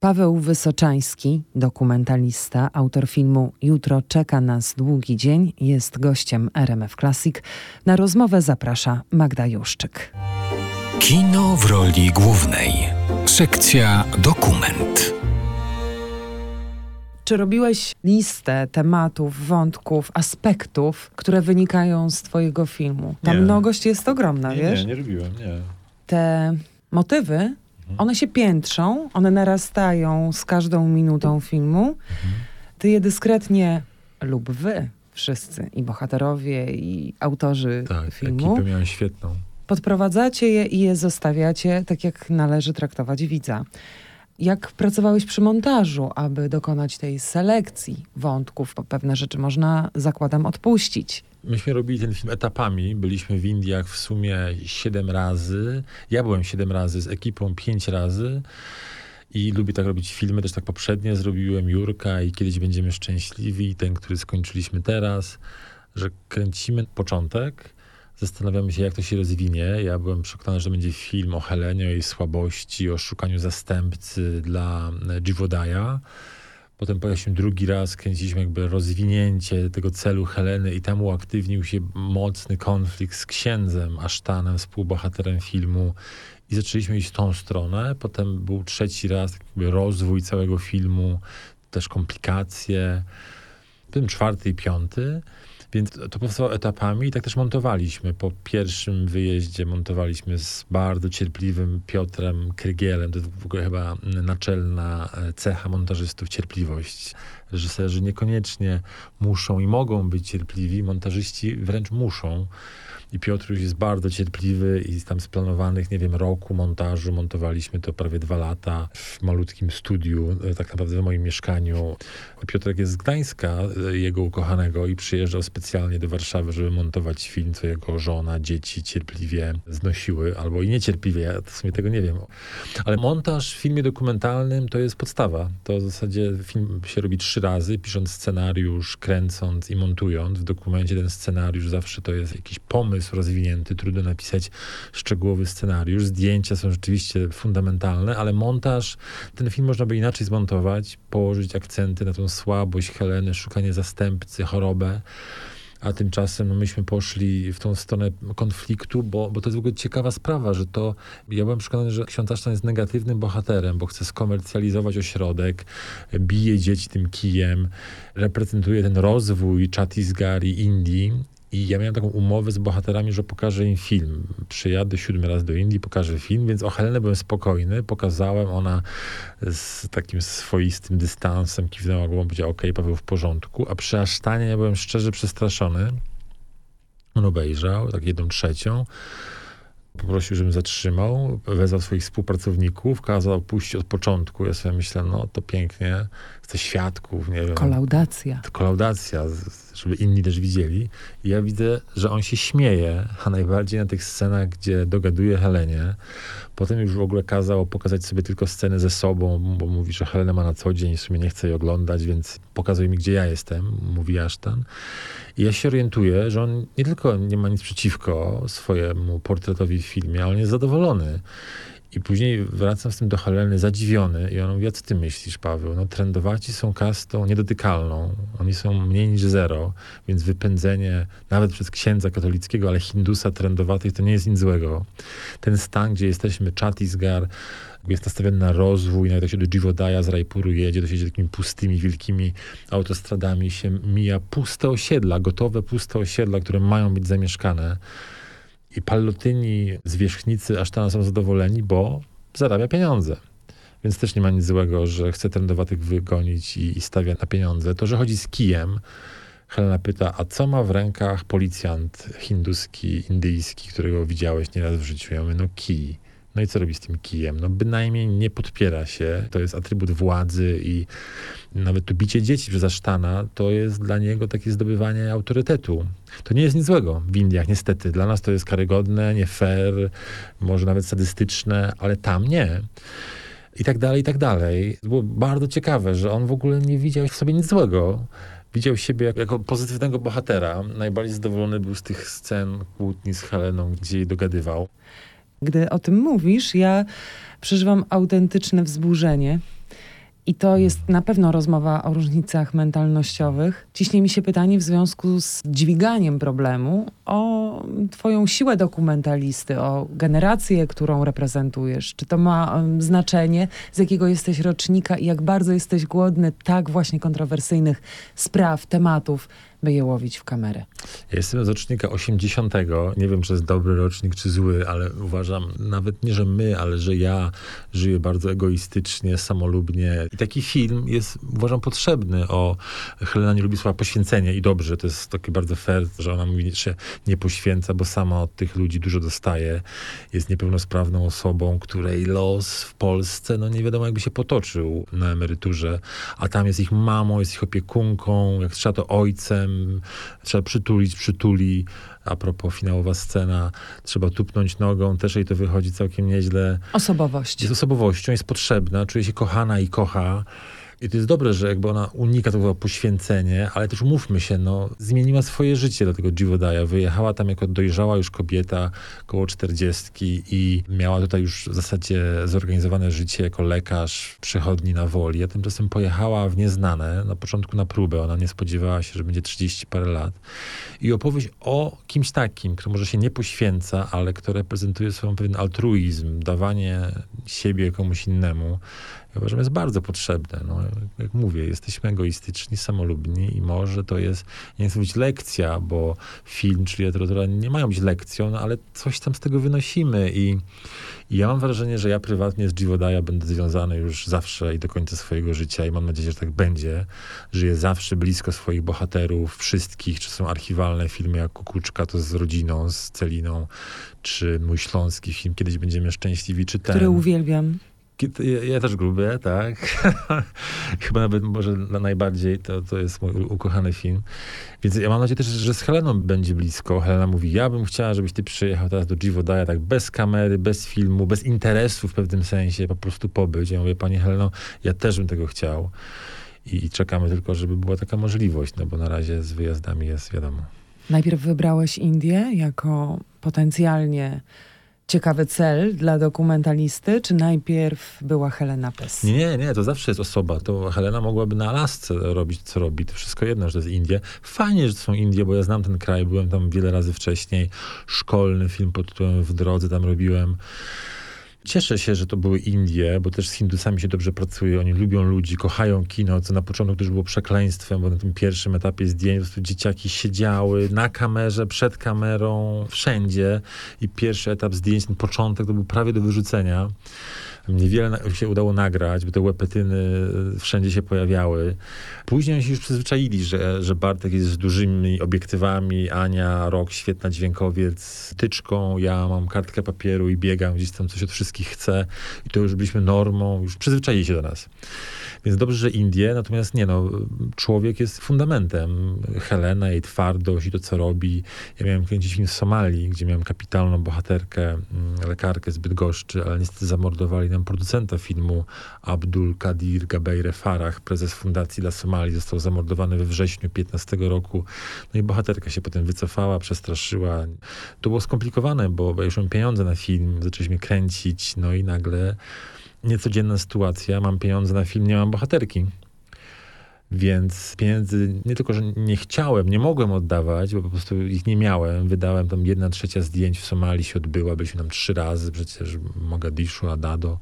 Paweł Wysoczański, dokumentalista, autor filmu Jutro czeka nas długi dzień, jest gościem RMF Classic. Na rozmowę zaprasza Magda Juszczyk. Kino w roli głównej. Sekcja Dokument. Czy robiłeś listę tematów, wątków, aspektów, które wynikają z twojego filmu? Ta mnogość jest ogromna, wiesz? Nie robiłem, nie. Te motywy, one się piętrzą, one narastają z każdą minutą filmu. Ty je dyskretnie, lub wy wszyscy, i bohaterowie, i autorzy filmu, ekipę miałem świetną. podprowadzacie je i je zostawiacie tak, jak należy traktować widza. Jak pracowałeś przy montażu, aby dokonać tej selekcji wątków? Bo pewne rzeczy można, zakładam, odpuścić. Myśmy robili ten film etapami. Byliśmy w Indiach w sumie 7 razy. Ja byłem 7 razy, z ekipą 5 razy. I lubię tak robić filmy. Też tak poprzednie zrobiłem Jurka i Kiedyś będziemy szczęśliwi. Ten, który skończyliśmy teraz. Że kręcimy początek. Zastanawiamy się, jak to się rozwinie. Ja byłem przekonany, że będzie film o Helenie, o jej słabości, o szukaniu zastępcy dla Jeevoodaya. Potem pojechaliśmy drugi raz, kręciliśmy jakby rozwinięcie tego celu Heleny i tam uaktywnił się mocny konflikt z księdzem Ashtanem, współbohaterem filmu. I zaczęliśmy iść w tą stronę. Potem był trzeci raz jakby rozwój całego filmu, też komplikacje. Potem czwarty i piąty. Więc to powstało etapami i tak też montowaliśmy. Po pierwszym wyjeździe montowaliśmy z bardzo cierpliwym Piotrem Krygielem. To w ogóle chyba naczelna cecha montażystów, cierpliwość. Reżyserzy niekoniecznie muszą i mogą być cierpliwi, montażyści wręcz muszą. I Piotr już jest bardzo cierpliwy i tam z planowanych, roku montażu montowaliśmy to prawie 2 lata w malutkim studiu, tak naprawdę w moim mieszkaniu. Piotrek jest z Gdańska, jego ukochanego, i przyjeżdżał specjalnie do Warszawy, żeby montować film, co jego żona, dzieci cierpliwie znosiły, albo i niecierpliwie, ja w sumie tego nie wiem. Ale montaż w filmie dokumentalnym to jest podstawa. To w zasadzie film się robi 3 razy, pisząc scenariusz, kręcąc i montując. W dokumencie ten scenariusz zawsze to jest jakiś pomysł rozwinięty, trudno napisać szczegółowy scenariusz. Zdjęcia są rzeczywiście fundamentalne, ale montaż, ten film można by inaczej zmontować, położyć akcenty na tą słabość Heleny, szukanie zastępcy, chorobę. A tymczasem myśmy poszli w tą stronę konfliktu, bo to jest w ogóle ciekawa sprawa, że to... Ja byłem przekonany, że ksiądz Ashtan jest negatywnym bohaterem, bo chce skomercjalizować ośrodek, bije dzieci tym kijem, reprezentuje ten rozwój Chhattisgarh i Indii. I ja miałem taką umowę z bohaterami, że pokażę im film. Przyjadę 7 raz do Indii, pokażę film, więc o Helenę byłem spokojny. Pokazałem, ona z takim swoistym dystansem kiwnęła głową, powiedziała: okej, Paweł, w porządku. A przy Ashtanie ja byłem szczerze przestraszony. On obejrzał, tak 1/3. Poprosił, żebym zatrzymał, wezwał swoich współpracowników, kazał puścić od początku. Ja sobie myślę, to pięknie, chcę świadków, nie wiem. Kolaudacja. Kolaudacja, żeby inni też widzieli. I ja widzę, że on się śmieje, a najbardziej na tych scenach, gdzie dogaduje Helenie. Potem już w ogóle kazał pokazać sobie tylko scenę ze sobą, bo mówi, że Helena ma na co dzień, w sumie nie chce jej oglądać, więc pokazuje mi, gdzie ja jestem, mówi Ashtan. I ja się orientuję, że on nie tylko nie ma nic przeciwko swojemu portretowi w filmie, ale on jest zadowolony. I później wracam z tym do Heleny zadziwiony i on mówi: a co ty myślisz, Paweł? Trendowaci są kastą niedotykalną. Oni są mniej niż 0, więc wypędzenie nawet przez księdza katolickiego, ale Hindusa trendowatych to nie jest nic złego. Ten stan, gdzie jesteśmy, Chhattisgarh, jest nastawiony na rozwój, nawet jak się do Jeevoodaya z Raipuru jedzie, to się jedzie takimi pustymi, wielkimi autostradami, się mija puste osiedla, gotowe puste osiedla, które mają być zamieszkane. I pallotyni, zwierzchnicy Ashtana są zadowoleni, bo zarabia pieniądze. Więc też nie ma nic złego, że chce trendowatych wygonić i stawia na pieniądze. To, że chodzi z kijem, Helena pyta: a co ma w rękach policjant hinduski, indyjski, którego widziałeś nieraz w życiu? Ja mówię: kij. No i co robi z tym kijem? Bynajmniej nie podpiera się. To jest atrybut władzy i nawet to bicie dzieci przez Ashtana to jest dla niego takie zdobywanie autorytetu. To nie jest nic złego w Indiach, niestety. Dla nas to jest karygodne, nie fair, może nawet sadystyczne, ale tam nie. I tak dalej, i tak dalej. To było bardzo ciekawe, że on w ogóle nie widział w sobie nic złego. Widział siebie jako pozytywnego bohatera. Najbardziej zadowolony był z tych scen kłótni z Heleną, gdzie jej dogadywał. Gdy o tym mówisz, ja przeżywam autentyczne wzburzenie. I to jest na pewno rozmowa o różnicach mentalnościowych. Ciśnie mi się pytanie w związku z dźwiganiem problemu o twoją siłę dokumentalisty, o generację, którą reprezentujesz. Czy to ma znaczenie, z jakiego jesteś rocznika i jak bardzo jesteś głodny tak właśnie kontrowersyjnych spraw, tematów, by je łowić w kamerę? Ja jestem z rocznika 80. Nie wiem, czy jest dobry rocznik, czy zły, ale uważam nawet nie, że my, ale że ja żyję bardzo egoistycznie, samolubnie. I taki film jest, uważam, potrzebny. Helena nie lubi słowa poświęcenie i dobrze, to jest takie bardzo fair, że ona mówi, że się nie poświęca, bo sama od tych ludzi dużo dostaje. Jest niepełnosprawną osobą, której los w Polsce, no nie wiadomo, jakby się potoczył na emeryturze, a tam jest ich mamą, jest ich opiekunką, jak trzeba to ojcem, trzeba przytuli. A propos finałowa scena, trzeba tupnąć nogą, też jej to wychodzi całkiem nieźle. Osobowość. Jest osobowością, jest potrzebna, czuje się kochana i kocha. I to jest dobre, że jakby ona unika tego poświęcenie, ale też umówmy się, zmieniła swoje życie do tego Jeevaudaya. Wyjechała tam jako dojrzała już kobieta, koło 40 i miała tutaj już w zasadzie zorganizowane życie jako lekarz w przychodni na Woli. A tymczasem pojechała w nieznane, na początku na próbę. Ona nie spodziewała się, że będzie 30 parę lat. I opowieść o kimś takim, kto może się nie poświęca, ale kto reprezentuje sobą pewien altruizm, dawanie siebie komuś innemu. Ja uważam, jest bardzo potrzebne. Jak mówię, jesteśmy egoistyczni, samolubni i może to jest, nie chcę mówić lekcja, bo film czy literatura nie mają być lekcją, ale coś tam z tego wynosimy i ja mam wrażenie, że ja prywatnie z Jeevaudaya będę związany już zawsze i do końca swojego życia i mam nadzieję, że tak będzie. Żyję zawsze blisko swoich bohaterów, wszystkich, czy są archiwalne filmy jak Kukuczka, to z rodziną, z Celiną, czy mój śląski film Kiedyś będziemy szczęśliwi, czy ten. Który uwielbiam. Ja też go lubię, tak. Chyba nawet może najbardziej to jest mój ukochany film. Więc ja mam nadzieję też, że z Heleną będzie blisko. Helena mówi, ja bym chciała, żebyś ty przyjechał teraz do Jeevaudaya, tak bez kamery, bez filmu, bez interesu w pewnym sensie, po prostu pobyć. Ja mówię, pani Heleno, ja też bym tego chciał. I czekamy tylko, żeby była taka możliwość, bo na razie z wyjazdami jest wiadomo. Najpierw wybrałeś Indię jako potencjalnie ciekawy cel dla dokumentalisty, czy najpierw była Helena Pes? Nie, to zawsze jest osoba. To Helena mogłaby na Alasce robić, co robi. To wszystko jedno, że to jest Indie. Fajnie, że to są Indie, bo ja znam ten kraj, byłem tam wiele razy wcześniej. Szkolny film pod tytułem W drodze tam robiłem. Cieszę się, że to były Indie, bo też z Hindusami się dobrze pracuje. Oni lubią ludzi, kochają kino, co na początku też było przekleństwem, bo na tym pierwszym etapie zdjęć po prostu dzieciaki siedziały na kamerze, przed kamerą, wszędzie. I pierwszy etap zdjęć, ten początek, to był prawie do wyrzucenia. Niewiele się udało nagrać, bo te łepetyny wszędzie się pojawiały. Później oni się już przyzwyczaili, że Bartek jest z dużymi obiektywami, Ania, Rok, świetna dźwiękowiec, tyczką, ja mam kartkę papieru i biegam gdzieś tam, coś od wszystkich chcę. I to już byliśmy normą, już przyzwyczaili się do nas. Więc dobrze, że Indie, natomiast człowiek jest fundamentem. Helena, jej twardość i to, co robi. Ja miałem kręcić film z Somalii, gdzie miałem kapitalną bohaterkę, lekarkę z Bydgoszczy, ale niestety zamordowali nam producenta filmu, Abdul Kadir Gabeire Farah, prezes Fundacji dla Somalii, został zamordowany we wrześniu 2015 roku. No i bohaterka się potem wycofała, przestraszyła. To było skomplikowane, bo już mam pieniądze na film, zaczęliśmy kręcić, no i nagle niecodzienna sytuacja, mam pieniądze na film, nie mam bohaterki. Więc pieniędzy nie tylko, że nie chciałem, nie mogłem oddawać, bo po prostu ich nie miałem. Wydałem tam 1/3 zdjęć w Somalii się odbyła, byliśmy tam 3 razy, przecież Mogadiszu, Adado.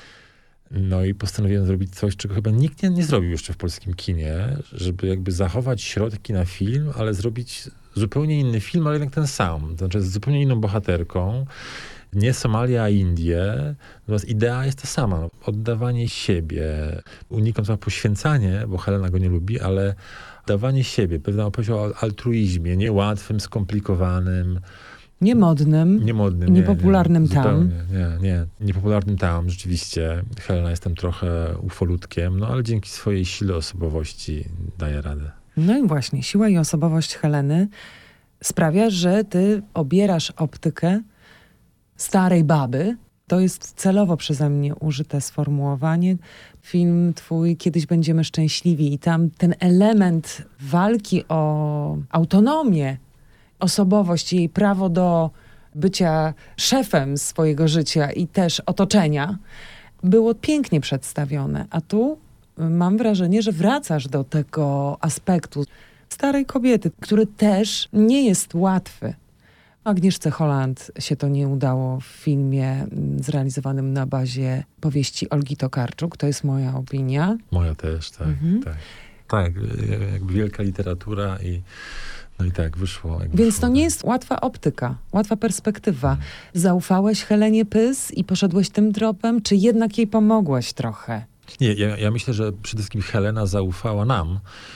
No i postanowiłem zrobić coś, czego chyba nikt nie zrobił jeszcze w polskim kinie, żeby jakby zachować środki na film, ale zrobić zupełnie inny film, ale jednak ten sam. To znaczy z zupełnie inną bohaterką. Nie Somalia, a Indie. Natomiast idea jest ta sama. Oddawanie siebie. Unikam słowa poświęcanie, bo Helena go nie lubi, ale dawanie siebie. Pewna opowieść o altruizmie. Niełatwym, skomplikowanym. Niemodnym. Niepopularnym tam. Niepopularnym tam, rzeczywiście. Helena jest tam trochę ufolutkiem, ale dzięki swojej sile osobowości daje radę. No i właśnie, siła i osobowość Heleny sprawia, że ty obierasz optykę starej baby. To jest celowo przeze mnie użyte sformułowanie. Film twój Kiedyś będziemy szczęśliwi i tam ten element walki o autonomię, osobowość, jej prawo do bycia szefem swojego życia i też otoczenia było pięknie przedstawione. A tu mam wrażenie, że wracasz do tego aspektu starej kobiety, który też nie jest łatwy. Agnieszce Holland się to nie udało w filmie zrealizowanym na bazie powieści Olgi Tokarczuk. To jest moja opinia. Moja też, tak. Tak, jakby wielka literatura i no i tak wyszło. Więc to nie jest łatwa optyka, łatwa perspektywa. Zaufałeś Helenie Pys i poszedłeś tym tropem, czy jednak jej pomogłeś trochę? Nie, ja myślę, że przede wszystkim Helena zaufała nam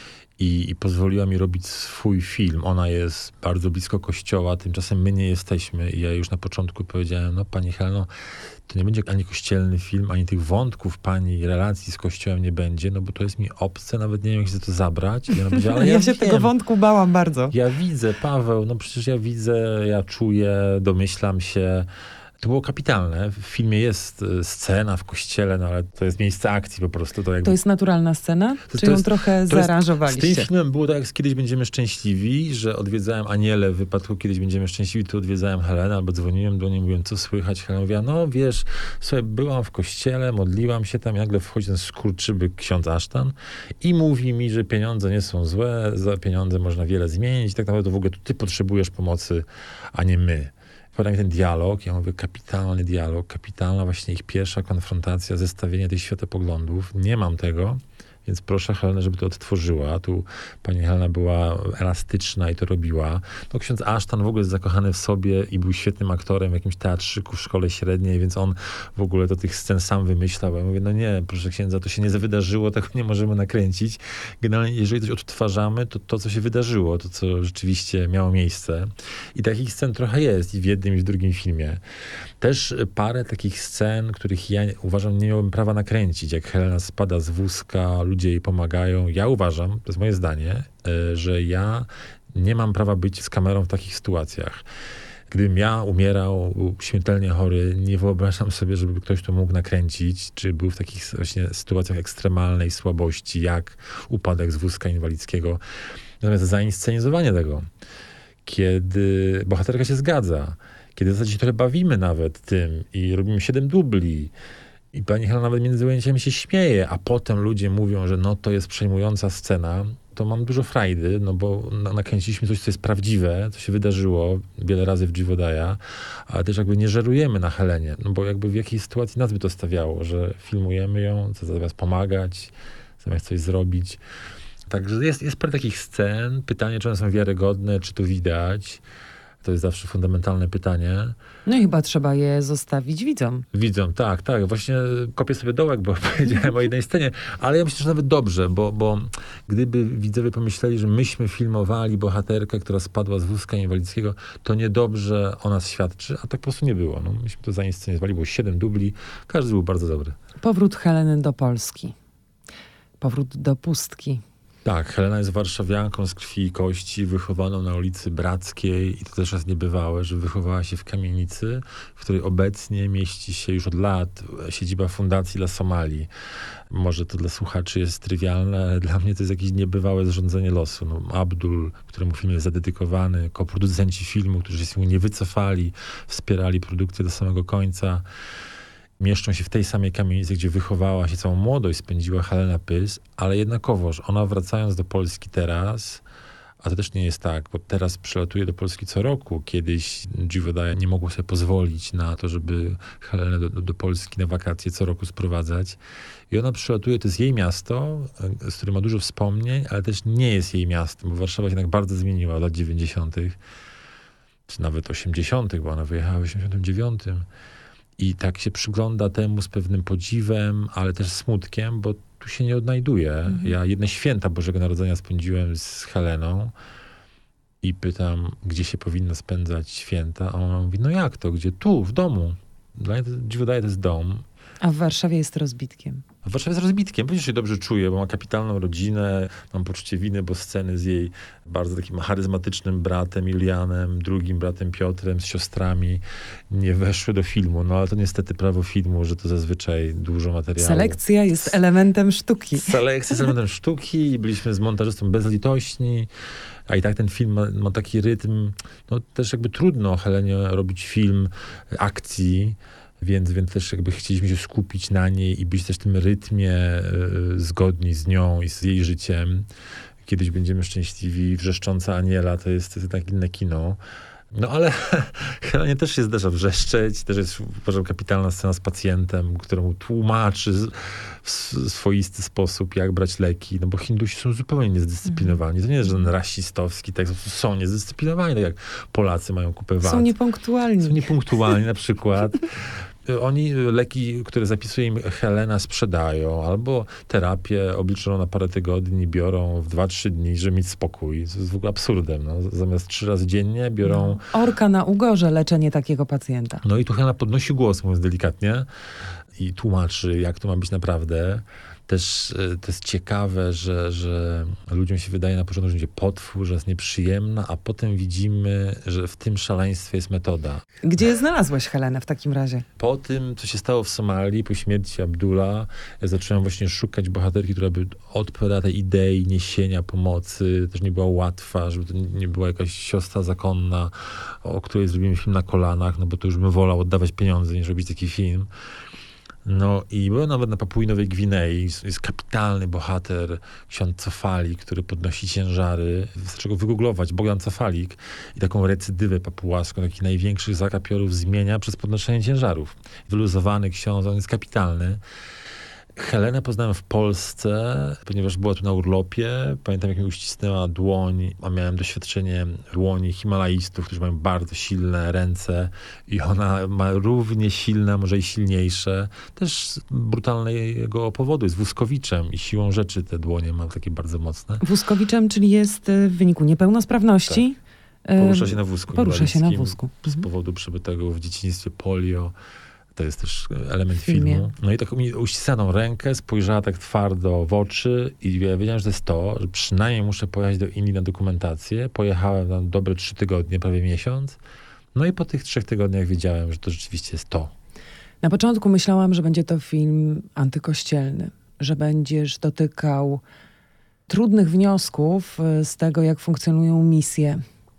i pozwoliła mi robić swój film. Ona jest bardzo blisko kościoła, tymczasem my nie jesteśmy. I ja już na początku powiedziałem, no pani Heleno, to nie będzie ani kościelny film, ani tych wątków pani relacji z kościołem nie będzie, no bo to jest mi obce, nawet nie wiem, jak się to zabrać. I ona powiedziała, ale ja się tego wątku bałam bardzo. Ja widzę, Paweł, no przecież ja widzę, ja czuję, domyślam się. To było kapitalne. W filmie jest scena w kościele, no ale to jest miejsce akcji po prostu. To jest naturalna scena? Czy ją trochę zaaranżowaliście? Z tym filmem było tak, jak Kiedyś będziemy szczęśliwi, że odwiedzałem Anielę w wypadku Kiedyś będziemy szczęśliwi, to odwiedzałem Helenę, albo dzwoniłem do niej, mówiłem, co słychać? Helena mówiła, no wiesz, słuchaj, byłam w kościele, modliłam się tam, i nagle wchodzi ten skurczybyk ksiądz Asztan i mówi mi, że pieniądze nie są złe, za pieniądze można wiele zmienić, tak naprawdę to w ogóle to ty potrzebujesz pomocy, a nie my. Podał mi ten dialog, ja mówię, kapitalny dialog, kapitalna właśnie ich pierwsza konfrontacja, zestawienie tych światopoglądów. Nie mam tego, więc proszę Helenę, żeby to odtworzyła. Tu pani Helena była elastyczna i to robiła. No ksiądz Asztan w ogóle jest zakochany w sobie i był świetnym aktorem w jakimś teatrzyku w szkole średniej, więc on w ogóle do tych scen sam wymyślał. Ja mówię, no nie, proszę księdza, to się nie wydarzyło, tego nie możemy nakręcić. Generalnie, jeżeli coś odtwarzamy, to co się wydarzyło, to co rzeczywiście miało miejsce. I takich scen trochę jest i w jednym, i w drugim filmie. Też parę takich scen, których ja uważam, nie miałbym prawa nakręcić. Jak Helena spada z wózka, ludzie jej pomagają. Ja uważam, to jest moje zdanie, że ja nie mam prawa być z kamerą w takich sytuacjach. Gdybym ja umierał, był śmiertelnie chory, nie wyobrażam sobie, żeby ktoś to mógł nakręcić, czy był w takich właśnie sytuacjach ekstremalnej słabości, jak upadek z wózka inwalidzkiego. Natomiast zainscenizowanie tego, kiedy bohaterka się zgadza, kiedy w zasadzie się trochę bawimy nawet tym i robimy 7 dubli i pani Helena nawet między ujęciami się śmieje, a potem ludzie mówią, że no to jest przejmująca scena, to mam dużo frajdy, no bo nakręciliśmy coś, co jest prawdziwe, co się wydarzyło wiele razy w Dziwodaja, ale też jakby nie żerujemy na Helenie, no bo jakby w jakiej sytuacji nas by to stawiało, że filmujemy ją, zamiast pomagać, zamiast coś zrobić. Także jest parę takich scen, pytanie, czy one są wiarygodne, czy to widać. To jest zawsze fundamentalne pytanie. No i chyba trzeba je zostawić widzom. Widzom, tak. Właśnie kopię sobie dołek, bo powiedziałem o jednej scenie. Ale ja myślę, że nawet dobrze, bo gdyby widzowie pomyśleli, że myśmy filmowali bohaterkę, która spadła z wózka inwalidzkiego, to niedobrze o nas świadczy, a tak po prostu nie było. No, myśmy to zainscenizowali, było 7 dubli, każdy był bardzo dobry. Powrót Heleny do Polski. Powrót do pustki. Tak, Helena jest warszawianką z krwi i kości, wychowaną na ulicy Brackiej i to też jest niebywałe, że wychowała się w kamienicy, w której obecnie mieści się już od lat siedziba Fundacji dla Somalii. Może to dla słuchaczy jest trywialne, ale dla mnie to jest jakieś niebywałe zrządzenie losu. No, Abdul, któremu film jest zadedykowany, koproducenci filmu, którzy się z filmu nie wycofali, wspierali produkcję do samego końca. Mieszczą się w tej samej kamienicy, gdzie wychowała się całą młodość, spędziła Helena Pys, ale jednakowoż ona wracając do Polski teraz, a to też nie jest tak, bo teraz przylatuje do Polski co roku. Kiedyś Dziwodaja nie mogło sobie pozwolić na to, żeby Helenę do Polski na wakacje co roku sprowadzać. I ona przylatuje, to jest jej miasto, z którym ma dużo wspomnień, ale też nie jest jej miastem, bo Warszawa się jednak bardzo zmieniła od lat 90., czy nawet 80., bo ona wyjechała w 89. I tak się przygląda temu z pewnym podziwem, ale też smutkiem, bo tu się nie odnajduje. Ja jedne święta Bożego Narodzenia spędziłem z Heleną i pytam, gdzie się powinno spędzać święta, a ona mówi, no jak to, gdzie? Tu, w domu. Dla mnie Dziwodaja to jest dom. A w Warszawie jest rozbitkiem. W Warszawie jest rozbitkiem. Pewnie się dobrze czuje, bo ma kapitalną rodzinę, mam poczucie winy, bo sceny z jej bardzo takim charyzmatycznym bratem Julianem, drugim bratem Piotrem, z siostrami nie weszły do filmu. No ale to niestety prawo filmu, że to zazwyczaj dużo materiału. Selekcja jest elementem sztuki. Selekcja jest elementem sztuki i byliśmy z montażystą bezlitośni, a i tak ten film ma taki rytm, no też jakby trudno Helenie robić film akcji, Więc też jakby chcieliśmy się skupić na niej i być też w tym rytmie zgodni z nią i z jej życiem. Kiedyś będziemy szczęśliwi, Wrzeszcząca Aniela to jest tak inne kino. No ale Helenie też się zdarza wrzeszczeć, też jest, uważam, kapitalna scena z pacjentem, któremu tłumaczy w swoisty sposób, jak brać leki, no bo Hindusi są zupełnie niezdyscyplinowani. To nie jest żaden rasistowski tekst, są niezdyscyplinowani, tak jak Polacy mają kupę wad. Są niepunktualni. Są niepunktualni na przykład. Oni leki, które zapisuje im Helena, sprzedają, albo terapię obliczoną na parę tygodni biorą w 2-3 dni, żeby mieć spokój. To jest w ogóle absurdem. No. Zamiast 3 razy dziennie biorą... Orka na ugorze leczenie takiego pacjenta. No i tu Helena podnosi głos, mówiąc delikatnie, i tłumaczy, jak to ma być naprawdę. Też to jest ciekawe, że ludziom się wydaje na początku, że będzie potwór, że jest nieprzyjemna, a potem widzimy, że w tym szaleństwie jest metoda. Gdzie znalazłeś Helenę w takim razie? Po tym, co się stało w Somalii, po śmierci Abdullah, ja zacząłem właśnie szukać bohaterki, która by odpowiadała tej idei niesienia pomocy. Też nie była łatwa, żeby to nie była jakaś siostra zakonna, o której zrobimy film na kolanach, no bo to już bym wolał oddawać pieniądze, niż robić taki film. No i byłem nawet na Papui Nowej Gwinei. Jest kapitalny bohater, ksiądz Cofalik, który podnosi ciężary. Wystarczy go wygooglować, Bogdan Cofalik. I taką recydywę papułaską, takich największych zakapiorów zmienia przez podnoszenie ciężarów. Wyluzowany ksiądz, on jest kapitalny. Helenę poznałem w Polsce, ponieważ była tu na urlopie. Pamiętam, jak mi uścisnęła dłoń, a miałem doświadczenie dłoni Himalajstów, którzy mają bardzo silne ręce i ona ma równie silne, może i silniejsze. Też z brutalnego powodu. Jest wózkowiczem i siłą rzeczy te dłonie ma takie bardzo mocne. Wózkowiczem, czyli jest w wyniku niepełnosprawności. Tak. Porusza się na wózku. Porusza się na wózku. Z powodu przebytego w dzieciństwie polio. To jest też element filmu. No i taką mi uściskaną rękę, spojrzała tak twardo w oczy i ja wiedziałem, że to jest to, że przynajmniej muszę pojechać do Indii na dokumentację. Pojechałem na dobre 3 tygodnie, prawie miesiąc. No i po tych 3 tygodniach wiedziałem, że to rzeczywiście jest to. Na początku myślałam, że będzie to film antykościelny, że będziesz dotykał trudnych wniosków z tego, jak funkcjonują misje.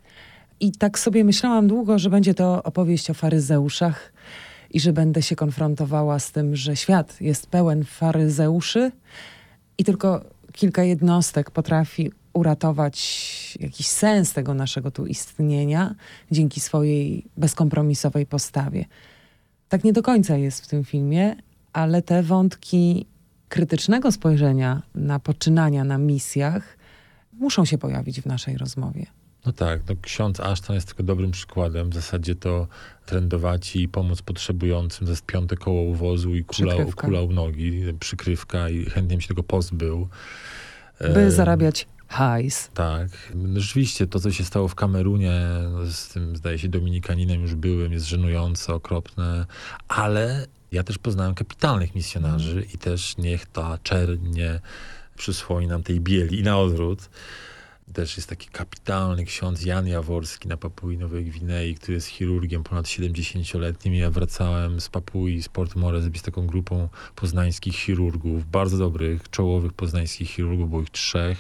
I tak sobie myślałam długo, że będzie to opowieść o faryzeuszach, i że będę się konfrontowała z tym, że świat jest pełen faryzeuszy i tylko kilka jednostek potrafi uratować jakiś sens tego naszego tu istnienia dzięki swojej bezkompromisowej postawie. Tak nie do końca jest w tym filmie, ale te wątki krytycznego spojrzenia na poczynania na misjach muszą się pojawić w naszej rozmowie. No tak, no ksiądz Ashton jest tylko dobrym przykładem. W zasadzie to trędowaci i pomoc potrzebującym. To jest 5. koło u wozu i kula u nogi, przykrywka i chętnie bym się tego pozbył. By zarabiać hajs. Tak. Rzeczywiście to, co się stało w Kamerunie z tym, zdaje się, Dominikaninem już byłym, jest żenujące, okropne, ale ja też poznałem kapitalnych misjonarzy i też niech ta czerń nie przysłoni nam tej bieli i na odwrót. Też jest taki kapitalny ksiądz Jan Jaworski na Papui Nowej Gwinei, który jest chirurgiem ponad 70-letnim. Ja wracałem z Papui, z Port Moresby z taką grupą poznańskich chirurgów, bardzo dobrych, czołowych poznańskich chirurgów, było ich 3.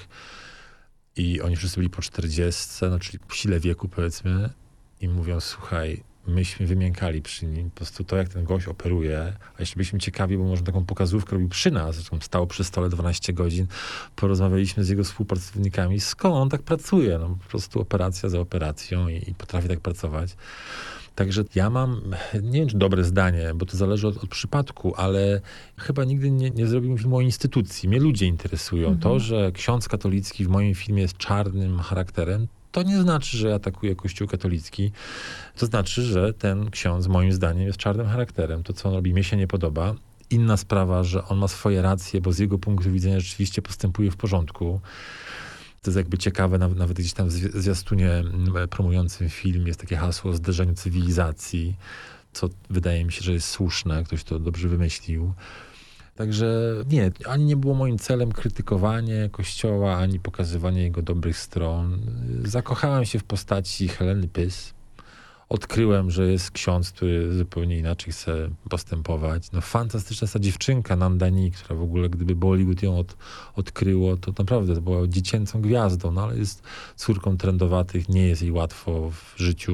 I oni wszyscy byli po 40, no czyli w sile wieku powiedzmy. I mówią, słuchaj, myśmy wymiękali przy nim. Po prostu to, jak ten gość operuje, a jeszcze byliśmy ciekawi, bo może taką pokazówkę robił przy nas, zresztą stał przy stole 12 godzin, porozmawialiśmy z jego współpracownikami, skąd on tak pracuje. No, po prostu operacja za operacją i potrafi tak pracować. Także ja mam, nie wiem, czy dobre zdanie, bo to zależy od przypadku, ale chyba nigdy nie zrobiłem filmu o instytucji. Mnie ludzie interesują. To, że ksiądz katolicki w moim filmie jest czarnym charakterem, to nie znaczy, że atakuję Kościół katolicki. To znaczy, że ten ksiądz moim zdaniem jest czarnym charakterem. To, co on robi, mnie się nie podoba. Inna sprawa, że on ma swoje racje, bo z jego punktu widzenia rzeczywiście postępuje w porządku. To jest jakby ciekawe, nawet gdzieś tam w zwiastunie promującym film jest takie hasło o zderzeniu cywilizacji, co wydaje mi się, że jest słuszne. Ktoś to dobrze wymyślił. Także nie, ani nie było moim celem krytykowanie Kościoła, ani pokazywanie jego dobrych stron. Zakochałem się w postaci Heleny Pys. Odkryłem, że jest ksiądz, który zupełnie inaczej chce postępować. No fantastyczna ta dziewczynka Nandani, która w ogóle, gdyby Bollywood ją odkryło, to naprawdę to była dziecięcą gwiazdą, no ale jest córką trendowatych, nie jest jej łatwo w życiu.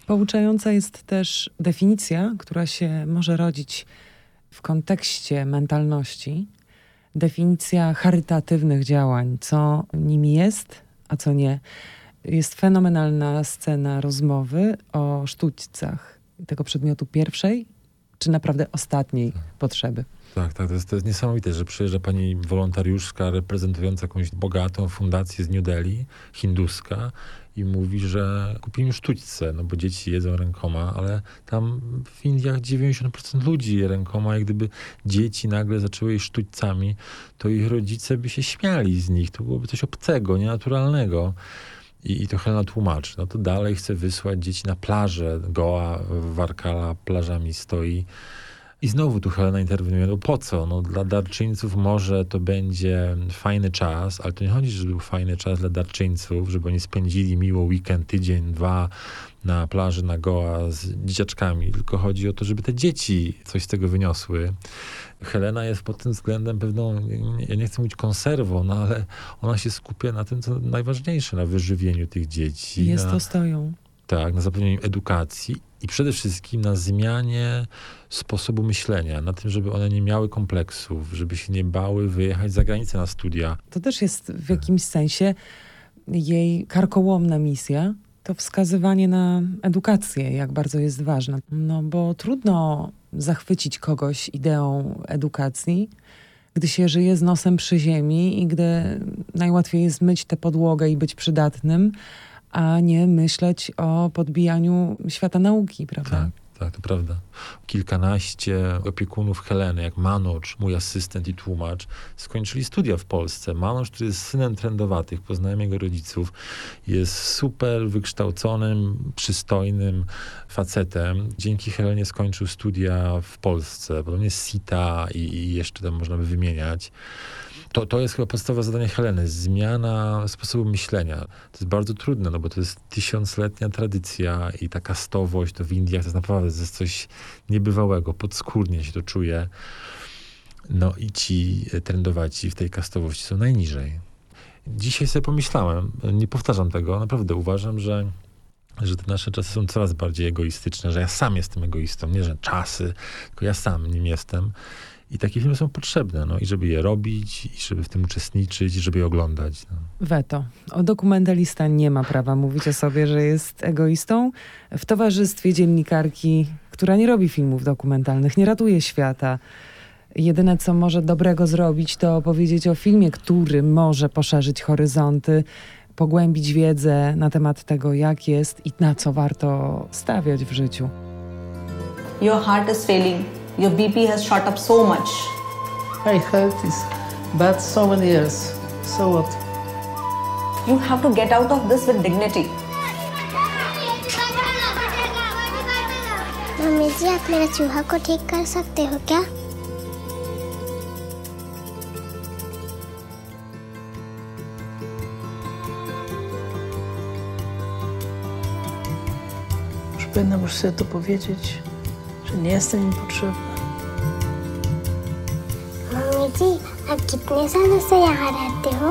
Pouczająca jest też definicja, która się może rodzić w kontekście mentalności. Definicja charytatywnych działań, co nimi jest, a co nie. Jest fenomenalna scena rozmowy o sztućcach tego przedmiotu pierwszej, czy naprawdę ostatniej potrzeby. Tak, to jest niesamowite, że przyjeżdża pani wolontariuszka reprezentująca jakąś bogatą fundację z New Delhi, hinduska, i mówi, że kupimy sztućce, no bo dzieci jedzą rękoma, ale tam w Indiach 90% ludzi je rękoma, jak gdyby dzieci nagle zaczęły jeść sztućcami, to ich rodzice by się śmiali z nich, to byłoby coś obcego, nienaturalnego. I to Helena tłumaczy. No to dalej chce wysłać dzieci na plażę. Goa, Warkala plażami stoi. I znowu tu Helena interweniuje. No po co? No dla darczyńców może to będzie fajny czas, ale to nie chodzi, że był fajny czas dla darczyńców, żeby oni spędzili miło weekend, tydzień, 2 na plaży na Goa z dzieciaczkami, tylko chodzi o to, żeby te dzieci coś z tego wyniosły. Helena jest pod tym względem pewną, ja nie chcę mówić konserwą, no ale ona się skupia na tym, co najważniejsze, na wyżywieniu tych dzieci. Jest to stoją. Tak, na zapewnieniu edukacji i przede wszystkim na zmianie sposobu myślenia, na tym, żeby one nie miały kompleksów, żeby się nie bały wyjechać za granicę na studia. To też jest w jakimś sensie jej karkołomna misja, to wskazywanie na edukację, jak bardzo jest ważna. No bo trudno zachwycić kogoś ideą edukacji, gdy się żyje z nosem przy ziemi i gdy najłatwiej jest myć tę podłogę i być przydatnym, a nie myśleć o podbijaniu świata nauki, prawda? Tak, to prawda. Kilkanaście opiekunów Heleny, jak Manocz, mój asystent i tłumacz, skończyli studia w Polsce. Manocz, który jest synem trendowatych, poznałem jego rodziców, jest super wykształconym, przystojnym facetem. Dzięki Helenie skończył studia w Polsce, podobnie SITA i jeszcze tam można by wymieniać. To jest chyba podstawowe zadanie Heleny. Zmiana sposobu myślenia. To jest bardzo trudne, no bo to jest 1000-letnia tradycja i ta kastowość to w Indiach to jest naprawdę coś niebywałego. Podskórnie się to czuje. No i ci trendowaci w tej kastowości są najniżej. Dzisiaj sobie pomyślałem, nie powtarzam tego, naprawdę uważam, że te nasze czasy są coraz bardziej egoistyczne, że ja sam jestem egoistą, nie że czasy, tylko ja sam nim jestem. I takie filmy są potrzebne, no i żeby je robić, i żeby w tym uczestniczyć, i żeby je oglądać. No. Weto. Dokumentalista nie ma prawa mówić o sobie, że jest egoistą. W towarzystwie dziennikarki, która nie robi filmów dokumentalnych, nie ratuje świata. Jedyne, co może dobrego zrobić, to opowiedzieć o filmie, który może poszerzyć horyzonty, pogłębić wiedzę na temat tego, jak jest i na co warto stawiać w życiu. Your heart is failing. Your BP has shot up so much. My health is bad so many years. So what? You have to get out of this with dignity. मम्मी जी आप मेरा चूहा को ठीक कर सकते हो क्या? Już będę muszę sobie to powiedzieć, że nie jestem im potrzebna. मम्मी जी आप कितने सालों से यहाँ रहते हो?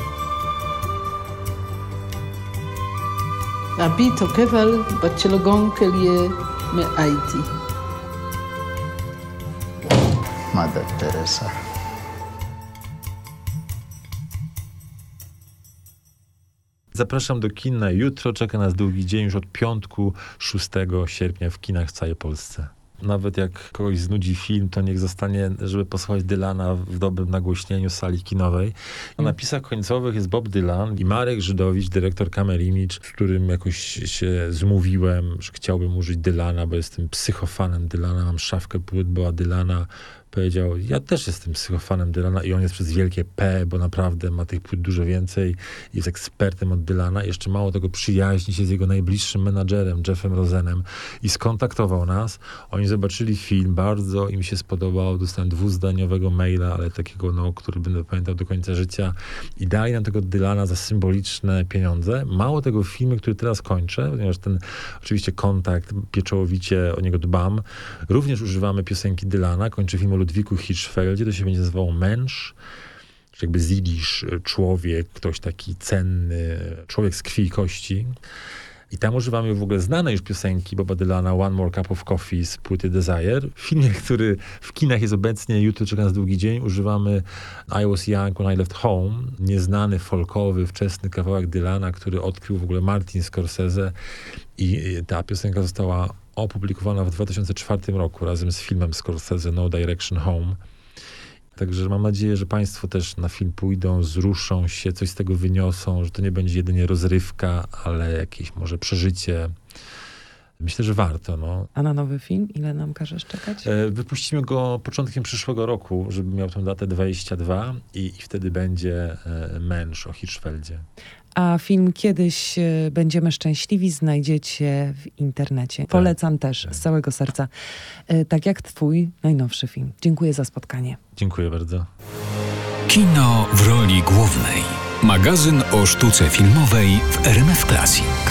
अभी तो केवल बच्चे लोगों के लिए मैं आई थी. Mother Teresa. Zapraszam do kin na jutro. Czeka nas długi dzień, już od piątku 6 sierpnia w kinach w całej Polsce. Nawet jak kogoś znudzi film, to niech zostanie, żeby posłuchać Dylana w dobrym nagłośnieniu sali kinowej. Na napisach końcowych jest Bob Dylan i Marek Żydowicz, dyrektor Camera Image, z którym jakoś się zmówiłem, że chciałbym użyć Dylana, bo jestem psychofanem Dylana, mam szafkę płyt Boba Dylana. Powiedział, ja też jestem psychofanem Dylana i on jest przez wielkie P, bo naprawdę ma tych płyt dużo więcej, jest ekspertem od Dylana. Jeszcze mało tego, przyjaźni się z jego najbliższym menadżerem, Jeffem Rosenem, i skontaktował nas. Oni zobaczyli film, bardzo im się spodobał, dostałem 2-zdaniowego maila, ale takiego, no, który będę pamiętał do końca życia, i dali nam tego Dylana za symboliczne pieniądze. Mało tego, filmy, który teraz kończę, ponieważ ten oczywiście kontakt, pieczołowicie o niego dbam, również używamy piosenki Dylana, kończy film o Ludwiku Hirschfeldzie, to się będzie nazywało Mensch, czyli jakby z jidysz człowiek, ktoś taki cenny, człowiek z krwi i kości. I tam używamy w ogóle znanej już piosenki Boba Dylana One More Cup of Coffee z płyty Desire. W filmie, który w kinach jest obecnie Jutro czeka nas długi dzień, używamy I Was Young When I Left Home, nieznany, folkowy, wczesny kawałek Dylana, który odkrył w ogóle Martin Scorsese i ta piosenka została opublikowana w 2004 roku razem z filmem Scorsese No Direction Home. Także mam nadzieję, że państwo też na film pójdą, wzruszą się, coś z tego wyniosą, że to nie będzie jedynie rozrywka, ale jakieś może przeżycie. Myślę, że warto. No. A na nowy film ile nam każesz czekać? Wypuścimy go początkiem przyszłego roku, żeby miał tę datę 22 i wtedy będzie Męż o Hirschfeldzie. A film Kiedyś będziemy szczęśliwi znajdziecie w internecie. Polecam też z całego serca. Tak jak twój najnowszy film. Dziękuję za spotkanie. Dziękuję bardzo. Kino w roli głównej. Magazyn o sztuce filmowej w RMF Classic.